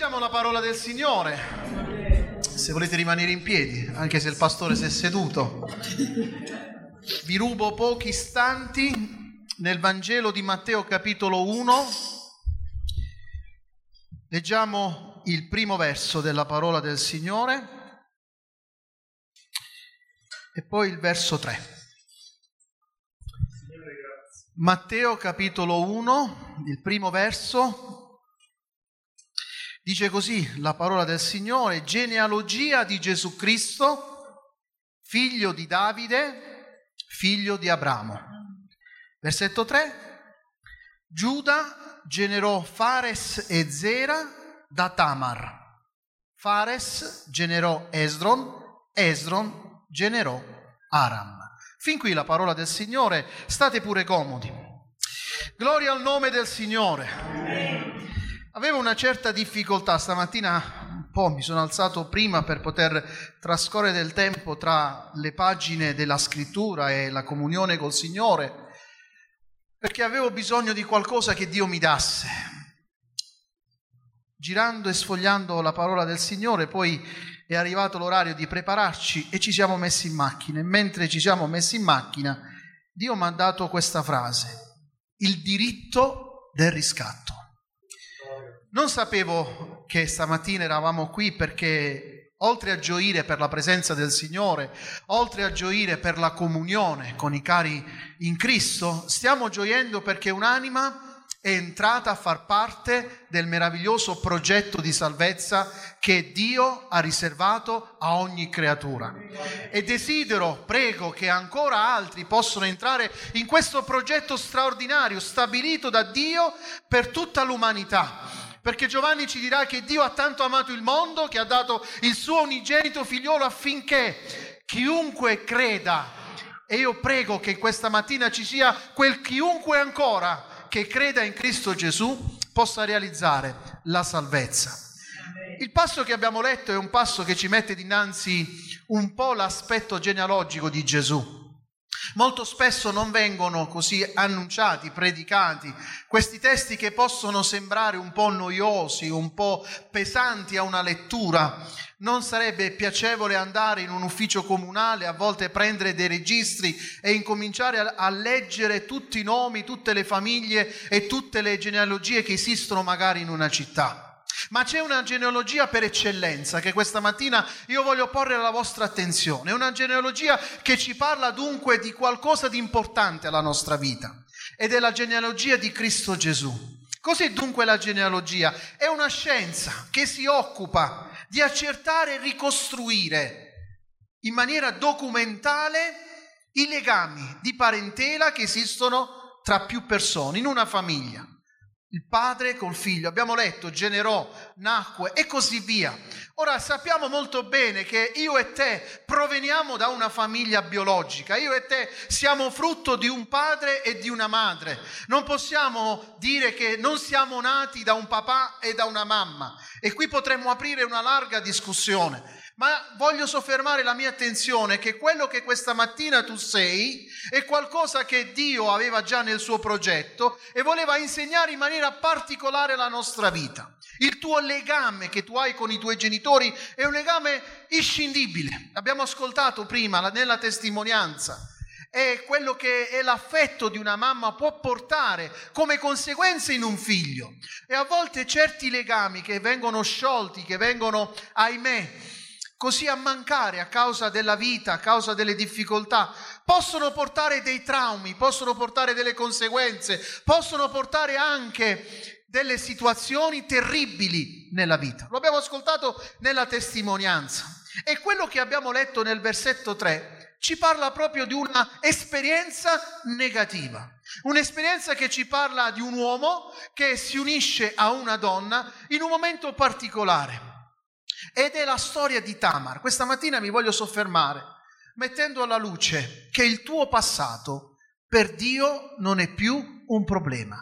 Leggiamo la parola del Signore. Se volete rimanere in piedi, anche se il pastore si è seduto. Vi rubo pochi istanti nel Vangelo di Matteo capitolo 1. Leggiamo il primo verso della parola del Signore e poi il verso 3. Matteo capitolo 1, il primo verso. Dice così la parola del Signore: genealogia di Gesù Cristo, figlio di Davide, figlio di Abramo. Versetto 3: Giuda generò Fares e Zera da Tamar. Fares generò Esdron, Esdron generò Aram. Fin qui la parola del Signore, state pure comodi. Gloria al nome del Signore. Amen. Avevo una certa difficoltà stamattina, un po' mi sono alzato prima per poter trascorrere del tempo tra le pagine della scrittura e la comunione col Signore, perché avevo bisogno di qualcosa che Dio mi dasse. Girando e sfogliando la parola del Signore, poi è arrivato l'orario di prepararci e ci siamo messi in macchina. E mentre ci siamo messi in macchina, Dio mi ha dato questa frase: il diritto del riscatto. Non sapevo che stamattina eravamo qui perché, oltre a gioire per la presenza del Signore, oltre a gioire per la comunione con i cari in Cristo, stiamo gioendo perché un'anima è entrata a far parte del meraviglioso progetto di salvezza che Dio ha riservato a ogni creatura. E desidero, prego, che ancora altri possano entrare in questo progetto straordinario stabilito da Dio per tutta l'umanità. Perché Giovanni ci dirà che Dio ha tanto amato il mondo che ha dato il suo unigenito figliolo affinché chiunque creda, e io prego che questa mattina ci sia quel chiunque ancora che creda in Cristo Gesù, possa realizzare la salvezza. Il passo che abbiamo letto è un passo che ci mette dinanzi un po' l'aspetto genealogico di Gesù. Molto spesso non vengono così annunciati, predicati, questi testi che possono sembrare un po' noiosi, un po' pesanti a una lettura. Non sarebbe piacevole andare in un ufficio comunale, a volte prendere dei registri e incominciare a leggere tutti i nomi, tutte le famiglie e tutte le genealogie che esistono magari in una città. Ma c'è una genealogia per eccellenza che questa mattina io voglio porre alla vostra attenzione. È una genealogia che ci parla dunque di qualcosa di importante alla nostra vita, ed è la genealogia di Cristo Gesù. Così dunque la genealogia è una scienza che si occupa di accertare e ricostruire in maniera documentale i legami di parentela che esistono tra più persone in una famiglia. Il padre col figlio, abbiamo letto, generò, nacque e così via. Ora sappiamo molto bene che io e te proveniamo da una famiglia biologica, io e te siamo frutto di un padre e di una madre. Non possiamo dire che non siamo nati da un papà e da una mamma, e qui potremmo aprire una larga discussione. Ma voglio soffermare la mia attenzione che quello che questa mattina tu sei è qualcosa che Dio aveva già nel suo progetto e voleva insegnare in maniera particolare alla nostra vita. Il tuo legame che tu hai con i tuoi genitori è un legame inscindibile. Abbiamo ascoltato prima nella testimonianza. È quello che è l'affetto di una mamma può portare come conseguenze in un figlio. E a volte certi legami che vengono sciolti, che vengono, ahimè, così a mancare a causa della vita, a causa delle difficoltà, possono portare dei traumi, possono portare delle conseguenze, possono portare anche delle situazioni terribili nella vita. Lo abbiamo ascoltato nella testimonianza. E quello che abbiamo letto nel versetto 3 ci parla proprio di una esperienza negativa. Un'esperienza che ci parla di un uomo che si unisce a una donna in un momento particolare. Ed è la storia di Tamar. Questa mattina mi voglio soffermare mettendo alla luce che il tuo passato per Dio non è più un problema.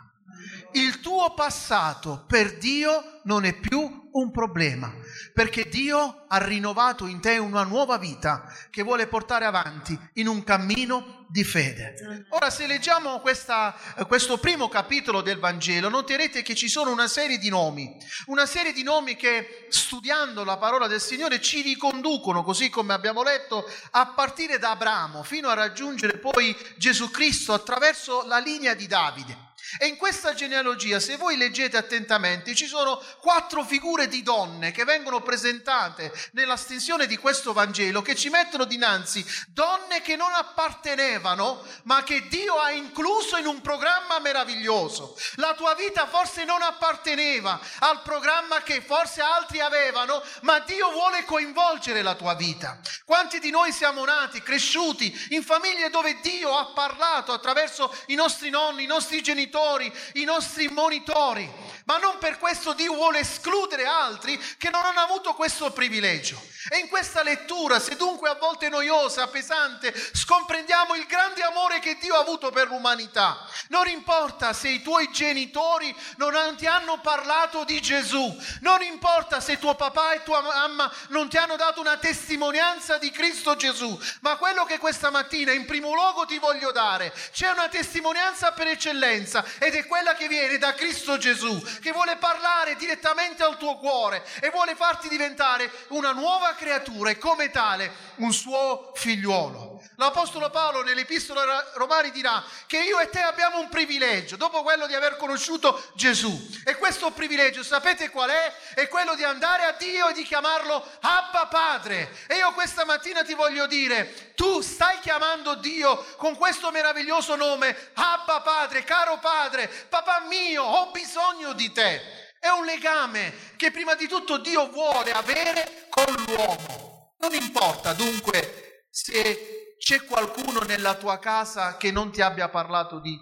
Il tuo passato per Dio non è più un problema, perché Dio ha rinnovato in te una nuova vita che vuole portare avanti in un cammino di fede. Ora, se leggiamo questo primo capitolo del Vangelo, noterete che ci sono una serie di nomi che, studiando la parola del Signore, ci riconducono, così come abbiamo letto, a partire da Abramo fino a raggiungere poi Gesù Cristo attraverso la linea di Davide. E in questa genealogia, se voi leggete attentamente, ci sono 4 figure di donne che vengono presentate nella stensione di questo Vangelo, che ci mettono dinanzi donne che non appartenevano, ma che Dio ha incluso in un programma meraviglioso. La tua vita forse non apparteneva al programma che forse altri avevano, ma Dio vuole coinvolgere la tua vita. Quanti di noi siamo nati, cresciuti in famiglie dove Dio ha parlato attraverso i nostri nonni, i nostri genitori, i nostri monitori, ma non per questo Dio vuole escludere altri che non hanno avuto questo privilegio. E in questa lettura, se dunque a volte noiosa, pesante, scomprendiamo il grande amore che Dio ha avuto per l'umanità. Non importa se i tuoi genitori non ti hanno parlato di Gesù, non importa se tuo papà e tua mamma non ti hanno dato una testimonianza di Cristo Gesù, ma quello che questa mattina in primo luogo ti voglio dare, c'è una testimonianza per eccellenza, ed è quella che viene da Cristo Gesù, che vuole parlare direttamente al tuo cuore e vuole farti diventare una nuova creatura e come tale un suo figliuolo. L'Apostolo Paolo nell'Epistola ai Romani dirà che io e te abbiamo un privilegio dopo quello di aver conosciuto Gesù, e questo privilegio sapete qual è? È quello di andare a Dio e di chiamarlo Abba Padre. E io questa mattina ti voglio dire, tu stai chiamando Dio con questo meraviglioso nome, Abba Padre, caro Padre, papà mio, ho bisogno di te. È un legame che prima di tutto Dio vuole avere con l'uomo. Non importa dunque se c'è qualcuno nella tua casa che non ti abbia parlato di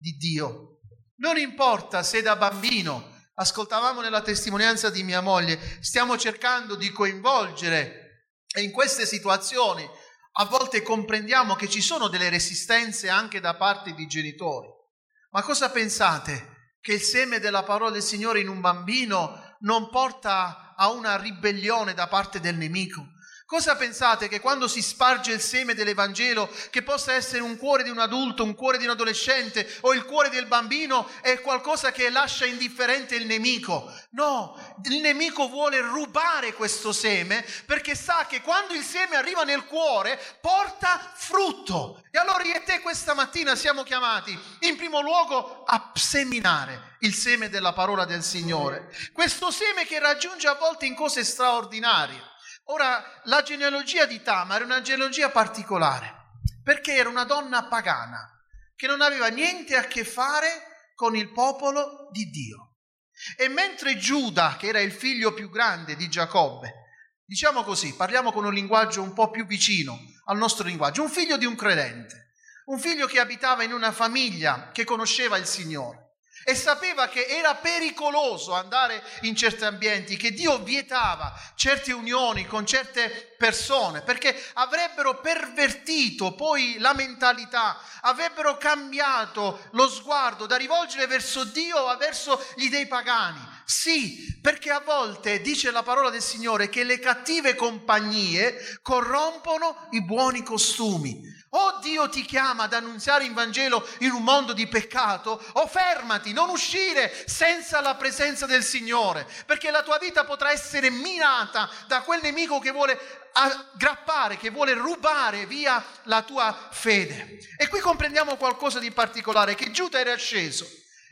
Dio. Non importa se da bambino, ascoltavamo nella testimonianza di mia moglie, stiamo cercando di coinvolgere, e in queste situazioni a volte comprendiamo che ci sono delle resistenze anche da parte di genitori. Ma cosa pensate? Che il seme della parola del Signore in un bambino non porta a una ribellione da parte del nemico? Cosa pensate che quando si sparge il seme dell'Evangelo, che possa essere un cuore di un adulto, un cuore di un adolescente o il cuore del bambino, è qualcosa che lascia indifferente il nemico? No, il nemico vuole rubare questo seme perché sa che quando il seme arriva nel cuore porta frutto. E allora io e te questa mattina siamo chiamati in primo luogo a seminare il seme della parola del Signore. Questo seme che raggiunge a volte in cose straordinarie. Ora, la genealogia di Tamar è una genealogia particolare, perché era una donna pagana, che non aveva niente a che fare con il popolo di Dio. E mentre Giuda, che era il figlio più grande di Giacobbe, diciamo così, parliamo con un linguaggio un po' più vicino al nostro linguaggio, un figlio di un credente, un figlio che abitava in una famiglia che conosceva il Signore, e sapeva che era pericoloso andare in certi ambienti, che Dio vietava certe unioni con certe persone perché avrebbero pervertito poi la mentalità, avrebbero cambiato lo sguardo da rivolgere verso Dio a verso gli dei pagani. Sì, perché a volte dice la parola del Signore che le cattive compagnie corrompono i buoni costumi. O Dio ti chiama ad annunziare il Vangelo in un mondo di peccato, o fermati, non uscire senza la presenza del Signore, perché la tua vita potrà essere minata da quel nemico che vuole aggrappare, che vuole rubare via la tua fede. E qui comprendiamo qualcosa di particolare, che Giuda era sceso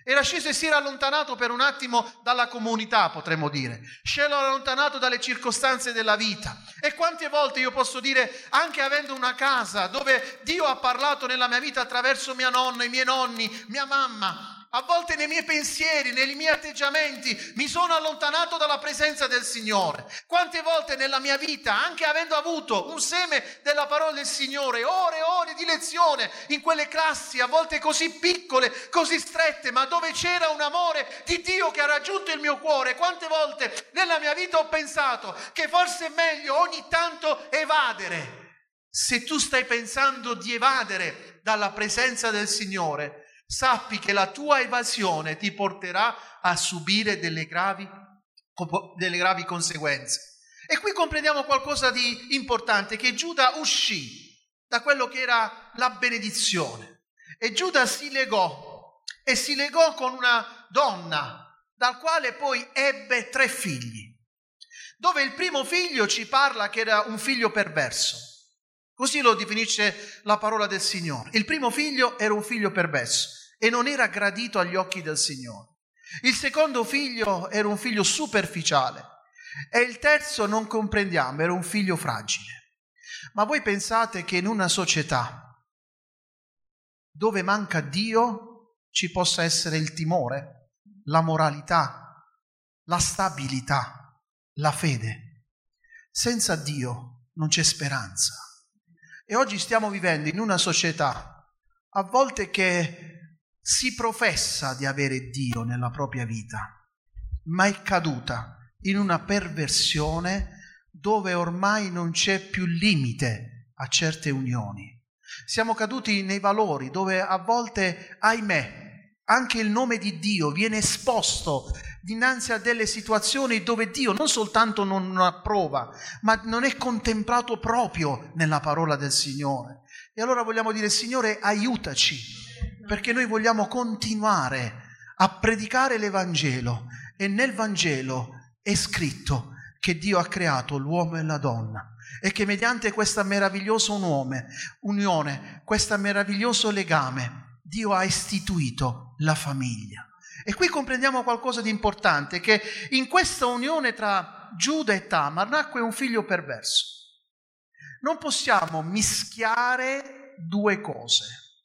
e si era allontanato per un attimo dalla comunità, potremmo dire. Si era allontanato dalle circostanze della vita. E quante volte io posso dire, anche avendo una casa dove Dio ha parlato nella mia vita attraverso mia nonna, i miei nonni, mia mamma, a volte nei miei pensieri, nei miei atteggiamenti mi sono allontanato dalla presenza del Signore. Quante volte nella mia vita, anche avendo avuto un seme della parola del Signore, ore e ore di lezione in quelle classi, a volte così piccole, così strette, ma dove c'era un amore di Dio che ha raggiunto il mio cuore, quante volte nella mia vita ho pensato che forse è meglio ogni tanto evadere. Se tu stai pensando di evadere dalla presenza del Signore, sappi che la tua evasione ti porterà a subire delle gravi conseguenze. E qui comprendiamo qualcosa di importante, che Giuda uscì da quello che era la benedizione. E Giuda si legò con una donna, dal quale poi ebbe 3 figli, dove il primo figlio ci parla che era un figlio perverso. Così lo definisce la parola del Signore. Il primo figlio era un figlio perverso e non era gradito agli occhi del Signore. Il secondo figlio era un figlio superficiale e il terzo, non comprendiamo, era un figlio fragile. Ma voi pensate che in una società dove manca Dio ci possa essere il timore, la moralità, la stabilità, la fede? Senza Dio non c'è speranza. E oggi stiamo vivendo in una società a volte che si professa di avere Dio nella propria vita, ma è caduta in una perversione dove ormai non c'è più limite a certe unioni. Siamo caduti nei valori dove a volte, ahimè, anche il nome di Dio viene esposto dinanzi a delle situazioni dove Dio non soltanto non approva, ma non è contemplato proprio nella parola del Signore. E allora vogliamo dire: Signore, aiutaci, perché noi vogliamo continuare a predicare l'Evangelo, e nel Vangelo è scritto che Dio ha creato l'uomo e la donna e che mediante questa meravigliosa unione, questo meraviglioso legame, Dio ha istituito la famiglia. E qui comprendiamo qualcosa di importante, che in questa unione tra Giuda e Tamar nacque un figlio perverso. Non possiamo mischiare 2 cose.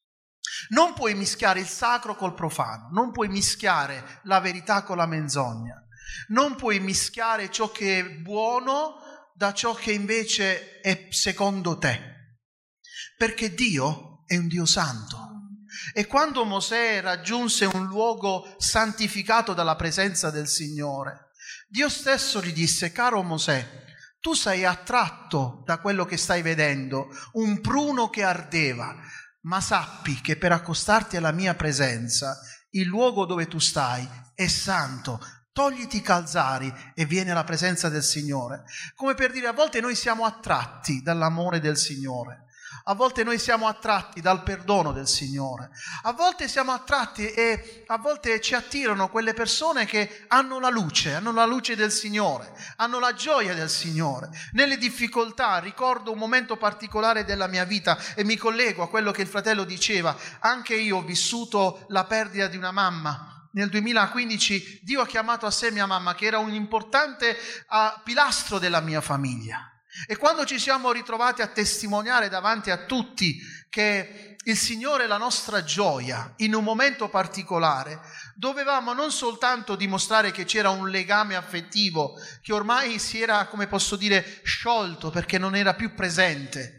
Non puoi mischiare il sacro col profano, non puoi mischiare la verità con la menzogna, non puoi mischiare ciò che è buono da ciò che invece è secondo te, perché Dio è un Dio santo. E quando Mosè raggiunse un luogo santificato dalla presenza del Signore, Dio stesso gli disse: caro Mosè, tu sei attratto da quello che stai vedendo, un pruno che ardeva, ma sappi che per accostarti alla mia presenza, il luogo dove tu stai è santo. Togliti i calzari e vieni alla presenza del Signore. Come per dire, a volte noi siamo attratti dall'amore del Signore, a volte noi siamo attratti dal perdono del Signore, a volte siamo attratti e a volte ci attirano quelle persone che hanno la luce del Signore, hanno la gioia del Signore. Nelle difficoltà ricordo un momento particolare della mia vita e mi collego a quello che il fratello diceva. Anche io ho vissuto la perdita di una mamma. Nel 2015 Dio ha chiamato a sé mia mamma, che era un importante pilastro della mia famiglia. E quando ci siamo ritrovati a testimoniare davanti a tutti che il Signore è la nostra gioia in un momento particolare, dovevamo non soltanto dimostrare che c'era un legame affettivo che ormai si era, come posso dire, sciolto perché non era più presente,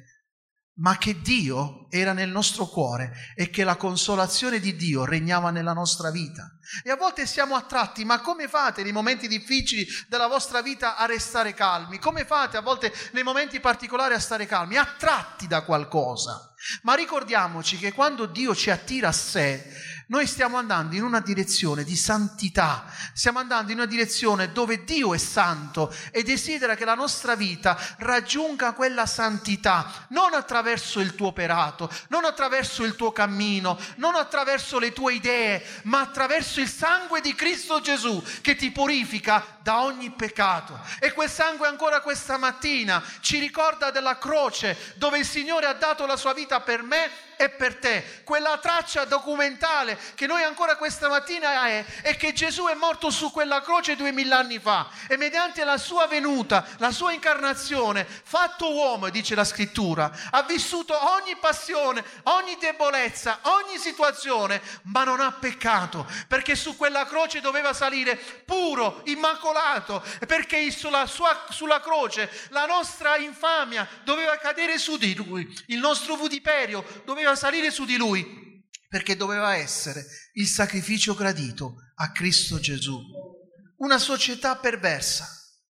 ma che Dio era nel nostro cuore e che la consolazione di Dio regnava nella nostra vita. E a volte siamo attratti, ma come fate nei momenti difficili della vostra vita a restare calmi? Come fate a volte nei momenti particolari a stare calmi? Attratti da qualcosa. Ma ricordiamoci che quando Dio ci attira a sé, noi stiamo andando in una direzione di santità, stiamo andando in una direzione dove Dio è santo e desidera che la nostra vita raggiunga quella santità, non attraverso il tuo operato, non attraverso il tuo cammino, non attraverso le tue idee, ma attraverso il sangue di Cristo Gesù che ti purifica da ogni peccato. E quel sangue ancora questa mattina ci ricorda della croce dove il Signore ha dato la sua vita per me e per te, quella traccia documentale che noi ancora questa mattina è che Gesù è morto su quella croce 2000 anni fa e mediante la sua venuta, la sua incarnazione, fatto uomo, dice la scrittura, ha vissuto ogni passione, ogni debolezza, ogni situazione, ma non ha peccato, perché su quella croce doveva salire puro, immacolato, perché sulla croce la nostra infamia doveva cadere su di lui, il nostro vituperio doveva salire su di lui, perché doveva essere il sacrificio gradito a Cristo Gesù. Una società perversa,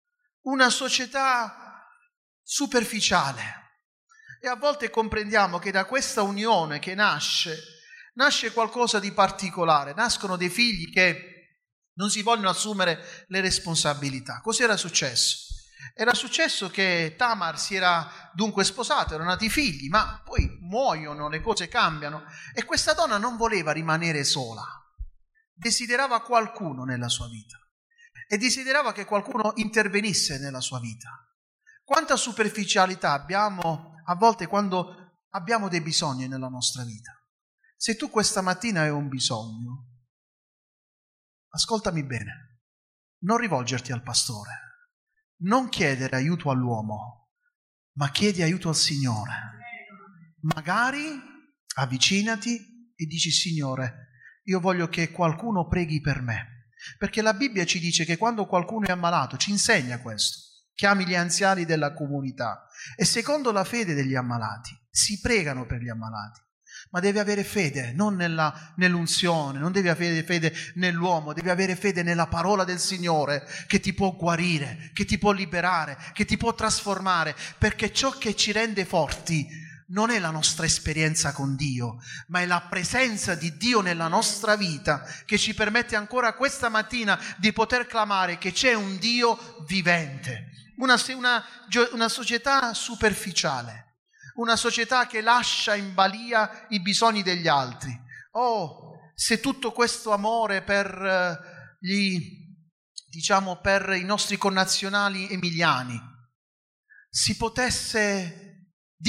una società superficiale, e a volte comprendiamo che da questa unione che nasce qualcosa di particolare, nascono dei figli che non si vogliono assumere le responsabilità. Cos'era successo? Era successo che Tamar si era dunque sposata, erano nati figli, ma poi muoiono, le cose cambiano e questa donna non voleva rimanere sola, desiderava qualcuno nella sua vita e desiderava che qualcuno intervenisse nella sua vita. Quanta superficialità abbiamo a volte quando abbiamo dei bisogni nella nostra vita. Se tu questa mattina hai un bisogno, ascoltami bene, non rivolgerti al pastore, non chiedere aiuto all'uomo, ma chiedi aiuto al Signore. Magari avvicinati e dici: Signore, io voglio che qualcuno preghi per me, perché la Bibbia ci dice che quando qualcuno è ammalato, ci insegna questo, chiami gli anziani della comunità e secondo la fede degli ammalati si pregano per gli ammalati. Ma devi avere fede, non nell'unzione, non devi avere fede nell'uomo, devi avere fede nella parola del Signore che ti può guarire, che ti può liberare, che ti può trasformare, perché ciò che ci rende forti non è la nostra esperienza con Dio, ma è la presenza di Dio nella nostra vita che ci permette ancora questa mattina di poter clamare che c'è un Dio vivente. Una società superficiale. Una società che lascia in balia i bisogni degli altri. Oh, se tutto questo amore per per i nostri connazionali emiliani si potesse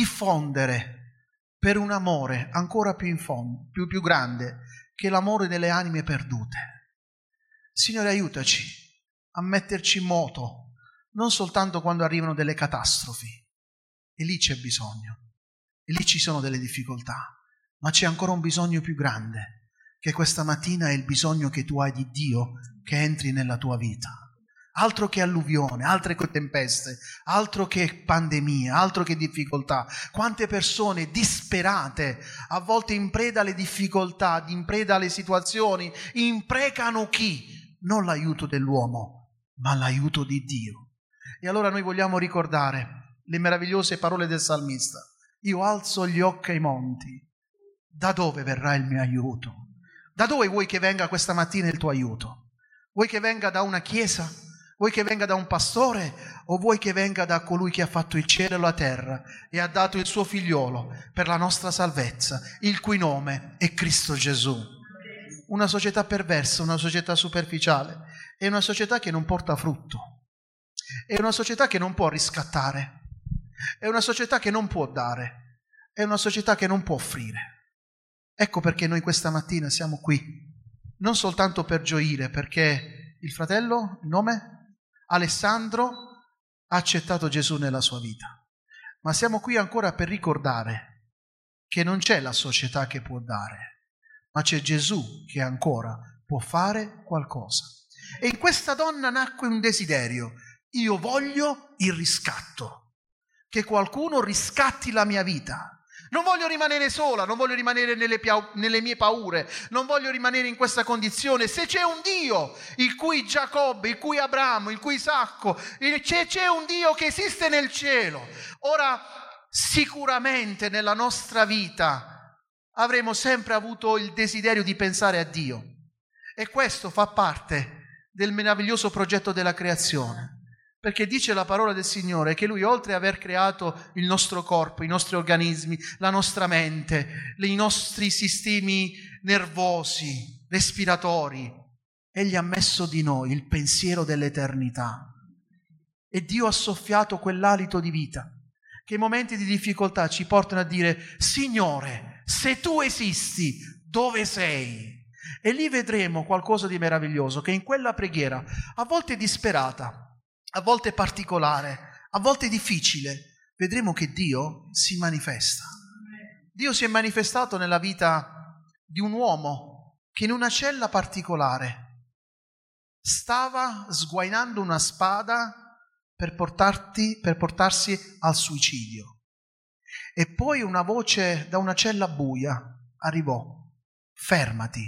diffondere per un amore ancora più grande che l'amore delle anime perdute. Signore, aiutaci a metterci in moto, non soltanto quando arrivano delle catastrofi. E lì c'è bisogno, e lì ci sono delle difficoltà, ma c'è ancora un bisogno più grande, che questa mattina è il bisogno che tu hai di Dio che entri nella tua vita. Altro che alluvione, altre che tempeste, altro che pandemie, altro che difficoltà. Quante persone disperate, a volte in preda alle difficoltà, in preda alle situazioni, imprecano chi? Non l'aiuto dell'uomo, ma l'aiuto di Dio. E allora noi vogliamo ricordare le meravigliose parole del salmista: io alzo gli occhi ai monti, da dove verrà il mio aiuto? Da dove vuoi che venga questa mattina il tuo aiuto? Vuoi che venga da una chiesa? Vuoi che venga da un pastore? O vuoi che venga da colui che ha fatto il cielo e la terra e ha dato il suo figliolo per la nostra salvezza, il cui nome è Cristo Gesù? Una società perversa, una società superficiale, è una società che non porta frutto, è una società che non può riscattare, è una società che non può dare, è una società che non può offrire. Ecco perché noi questa mattina siamo qui, non soltanto per gioire, perché il fratello, il nome? Alessandro, ha accettato Gesù nella sua vita, ma siamo qui ancora per ricordare che non c'è la società che può dare, ma c'è Gesù che ancora può fare qualcosa. E in questa donna nacque un desiderio: io voglio il riscatto. Che qualcuno riscatti la mia vita. Non voglio rimanere sola, non voglio rimanere nelle mie paure, non voglio rimanere in questa condizione. Se c'è un Dio, il cui Giacobbe, il cui Abramo, il cui Isacco, c'è un Dio che esiste nel cielo. Ora, sicuramente nella nostra vita avremo sempre avuto il desiderio di pensare a Dio. E questo fa parte del meraviglioso progetto della creazione. Perché dice la parola del Signore che Lui, oltre ad aver creato il nostro corpo, i nostri organismi, la nostra mente, i nostri sistemi nervosi, respiratori, Egli ha messo di noi il pensiero dell'eternità. E Dio ha soffiato quell'alito di vita che in momenti di difficoltà ci portano a dire: Signore, se Tu esisti, dove sei? E lì vedremo qualcosa di meraviglioso, che in quella preghiera, a volte disperata, a volte particolare, a volte difficile, vedremo che Dio si manifesta. Dio si è manifestato nella vita di un uomo che in una cella particolare stava sguainando una spada per portarsi al suicidio. E poi una voce da una cella buia arrivò: fermati,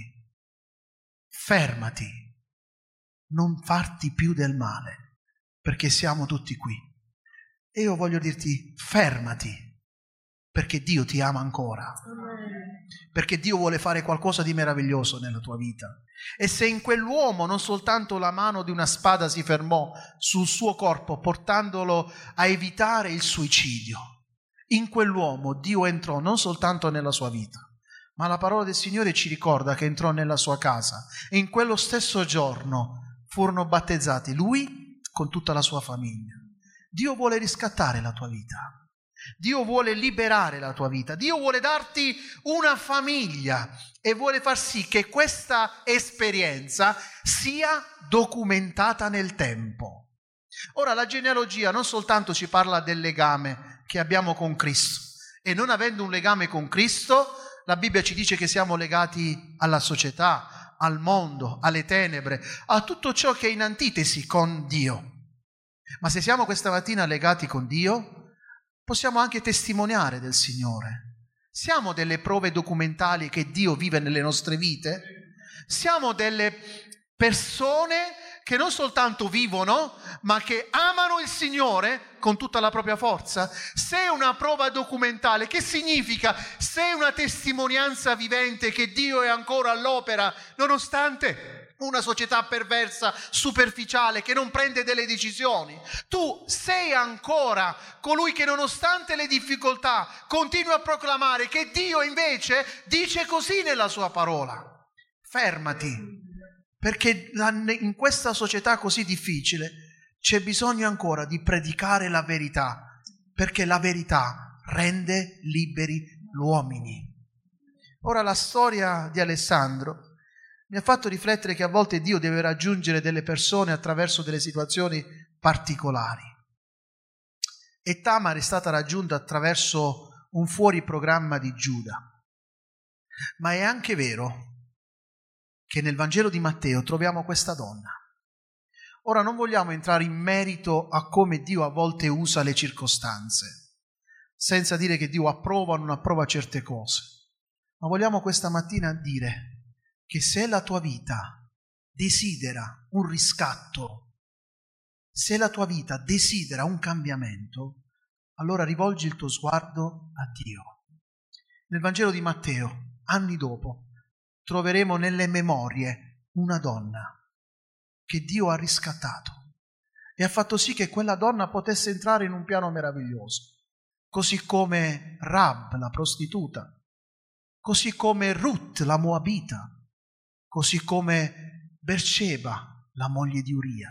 fermati, non farti più del male, perché siamo tutti qui. E io voglio dirti: fermati, perché Dio ti ama ancora. perché Dio vuole fare qualcosa di meraviglioso nella tua vita. E se in quell'uomo non soltanto la mano di una spada si fermò sul suo corpo, portandolo a evitare il suicidio, in quell'uomo Dio entrò non soltanto nella sua vita, ma la parola del Signore ci ricorda che entrò nella sua casa e in quello stesso giorno furono battezzati lui con tutta la sua famiglia. Dio vuole riscattare la tua vita. Dio vuole liberare la tua vita, Dio vuole darti una famiglia e vuole far sì che questa esperienza sia documentata nel tempo. Ora, la genealogia non soltanto ci parla del legame che abbiamo con Cristo, e non avendo un legame con Cristo, la Bibbia ci dice che siamo legati alla società, al mondo, alle tenebre, a tutto ciò che è in antitesi con Dio. Ma se siamo questa mattina legati con Dio, possiamo anche testimoniare del Signore. Siamo delle prove documentali che Dio vive nelle nostre vite? Siamo delle persone che non soltanto vivono, ma che amano il Signore con tutta la propria forza? Sei una prova documentale. Che significa? Sei una testimonianza vivente che Dio è ancora all'opera, nonostante una società perversa, superficiale, che non prende delle decisioni. Tu sei ancora colui che nonostante le difficoltà continua a proclamare che Dio invece dice così nella sua parola. Fermati, perché in questa società così difficile c'è bisogno ancora di predicare la verità, perché la verità rende liberi gli uomini. Ora, la storia di Alessandro mi ha fatto riflettere che a volte Dio deve raggiungere delle persone attraverso delle situazioni particolari. E Tamar è stata raggiunta attraverso un fuoriprogramma di Giuda. Ma è anche vero che nel Vangelo di Matteo troviamo questa donna. Ora, non vogliamo entrare in merito a come Dio a volte usa le circostanze, senza dire che Dio approva o non approva certe cose, ma vogliamo questa mattina dire che se la tua vita desidera un riscatto, se la tua vita desidera un cambiamento, allora rivolgi il tuo sguardo a Dio. Nel Vangelo di Matteo, anni dopo, troveremo nelle memorie una donna che Dio ha riscattato e ha fatto sì che quella donna potesse entrare in un piano meraviglioso, così come Rab, la prostituta, così come Ruth, la Moabita, così come Berseba, la moglie di Uria.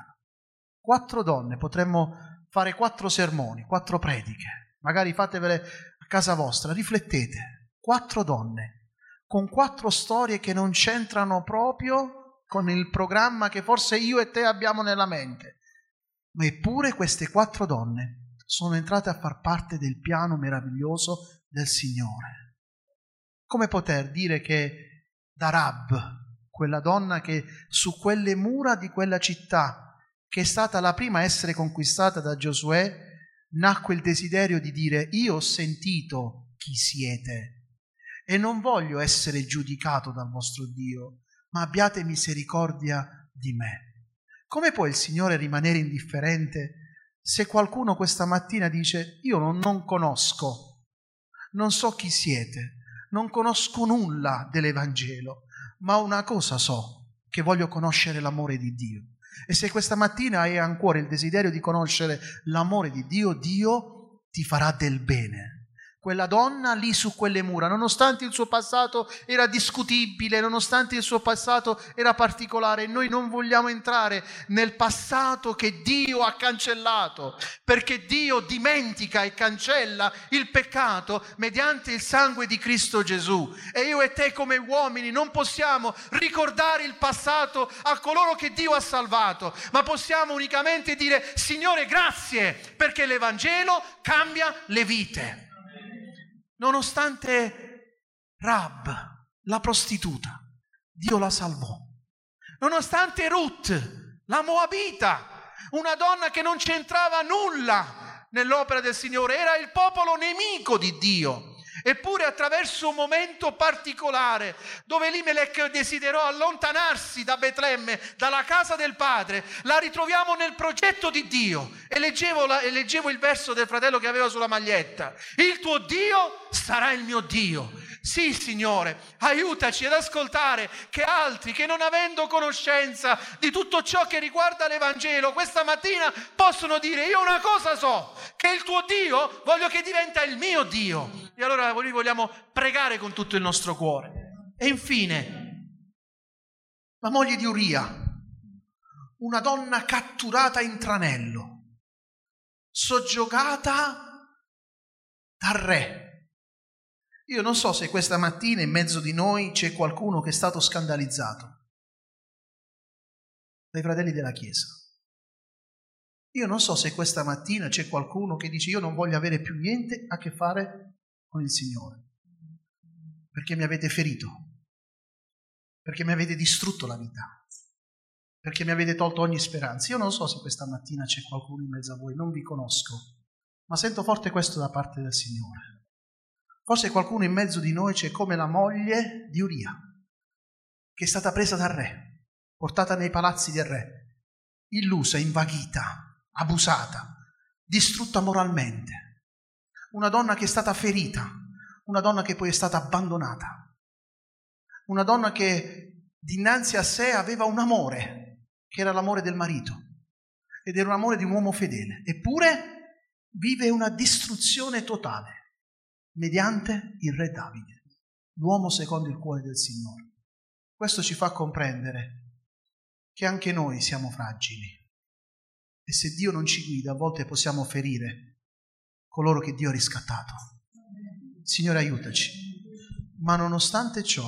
4 donne, potremmo fare 4 sermoni, 4 prediche, magari fatevele a casa vostra, riflettete. 4 donne, con 4 storie che non c'entrano proprio con il programma che forse io e te abbiamo nella mente, ma eppure queste 4 donne sono entrate a far parte del piano meraviglioso del Signore. Come poter dire che da Rab, quella donna che su quelle mura di quella città, che è stata la prima a essere conquistata da Giosuè, nacque il desiderio di dire: io ho sentito chi siete e non voglio essere giudicato dal vostro Dio, ma abbiate misericordia di me. Come può il Signore rimanere indifferente se qualcuno questa mattina dice: io non conosco, non so chi siete, non conosco nulla dell'Evangelo, ma una cosa so, che voglio conoscere l'amore di Dio. E se questa mattina hai ancora il desiderio di conoscere l'amore di Dio, Dio ti farà del bene. Quella donna lì su quelle mura, nonostante il suo passato era discutibile, nonostante il suo passato era particolare, noi non vogliamo entrare nel passato che Dio ha cancellato, perché Dio dimentica e cancella il peccato mediante il sangue di Cristo Gesù. E io e te come uomini non possiamo ricordare il passato a coloro che Dio ha salvato, ma possiamo unicamente dire: Signore, grazie, perché l'Evangelo cambia le vite. Nonostante Rab, la prostituta, Dio la salvò. Nonostante Ruth, la Moabita, una donna che non c'entrava nulla nell'opera del Signore, era il popolo nemico di Dio. Eppure attraverso un momento particolare dove Elimelech desiderò allontanarsi da Betlemme, dalla casa del padre, la ritroviamo nel progetto di Dio. E leggevo il verso del fratello che aveva sulla maglietta: il tuo Dio sarà il mio Dio. Sì, Signore, aiutaci ad ascoltare che altri, che non avendo conoscenza di tutto ciò che riguarda l'Evangelo, questa mattina possono dire: io una cosa so, che il tuo Dio voglio che diventa il mio Dio. E allora noi vogliamo pregare con tutto il nostro cuore. E infine, la moglie di Uria, una donna catturata in tranello, soggiogata dal re. Io non so se questa mattina in mezzo di noi c'è qualcuno che è stato scandalizzato dai fratelli della Chiesa. Io non so se questa mattina c'è qualcuno che dice: io non voglio avere più niente a che fare con il Signore, perché mi avete ferito, perché mi avete distrutto la vita, perché mi avete tolto ogni speranza. Io non so se questa mattina c'è qualcuno in mezzo a voi, non vi conosco, ma sento forte questo da parte del Signore. Forse qualcuno in mezzo di noi c'è come la moglie di Uria, che è stata presa dal re, portata nei palazzi del re, illusa, invaghita, abusata, distrutta moralmente. Una donna che è stata ferita, una donna che poi è stata abbandonata, una donna che dinanzi a sé aveva un amore, che era l'amore del marito, ed era un amore di un uomo fedele, eppure vive una distruzione totale mediante il re Davide, l'uomo secondo il cuore del Signore. Questo ci fa comprendere che anche noi siamo fragili e se Dio non ci guida a volte possiamo ferire coloro che Dio ha riscattato. Signore, aiutaci. Ma nonostante ciò,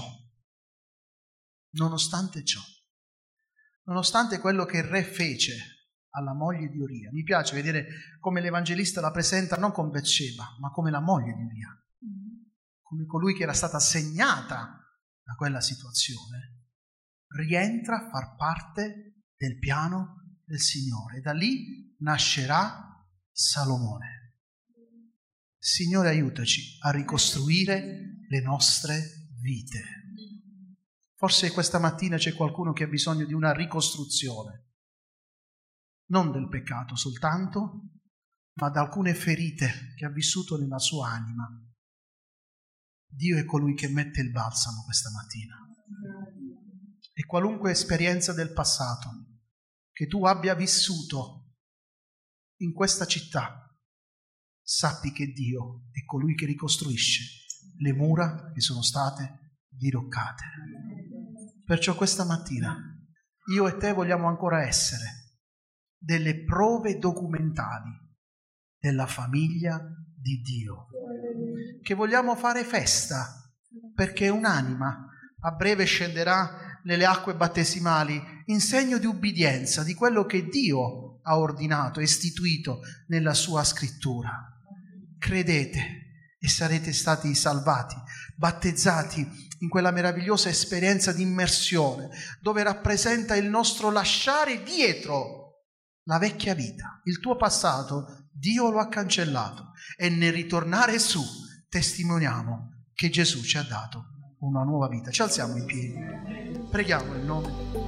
nonostante quello che il re fece alla moglie di Uria, mi piace vedere come l'Evangelista la presenta non come Betsheba, ma come la moglie di Uria, come colui che era stata segnata da quella situazione, rientra a far parte del piano del Signore. Da lì nascerà Salomone. Signore, aiutaci a ricostruire le nostre vite. Forse questa mattina c'è qualcuno che ha bisogno di una ricostruzione, non del peccato soltanto, ma da alcune ferite che ha vissuto nella sua anima. Dio è colui che mette il balsamo questa mattina. E qualunque esperienza del passato che tu abbia vissuto in questa città, sappi che Dio è colui che ricostruisce le mura che sono state diroccate. Perciò questa mattina io e te vogliamo ancora essere delle prove documentali della famiglia di Dio, che vogliamo fare festa perché un'anima a breve scenderà nelle acque battesimali in segno di ubbidienza di quello che Dio ha ordinato e istituito nella sua scrittura. Credete e sarete stati salvati, battezzati in quella meravigliosa esperienza di immersione dove rappresenta il nostro lasciare dietro la vecchia vita. Il tuo passato Dio lo ha cancellato e nel ritornare su testimoniamo che Gesù ci ha dato una nuova vita. Ci alziamo in piedi, preghiamo il nome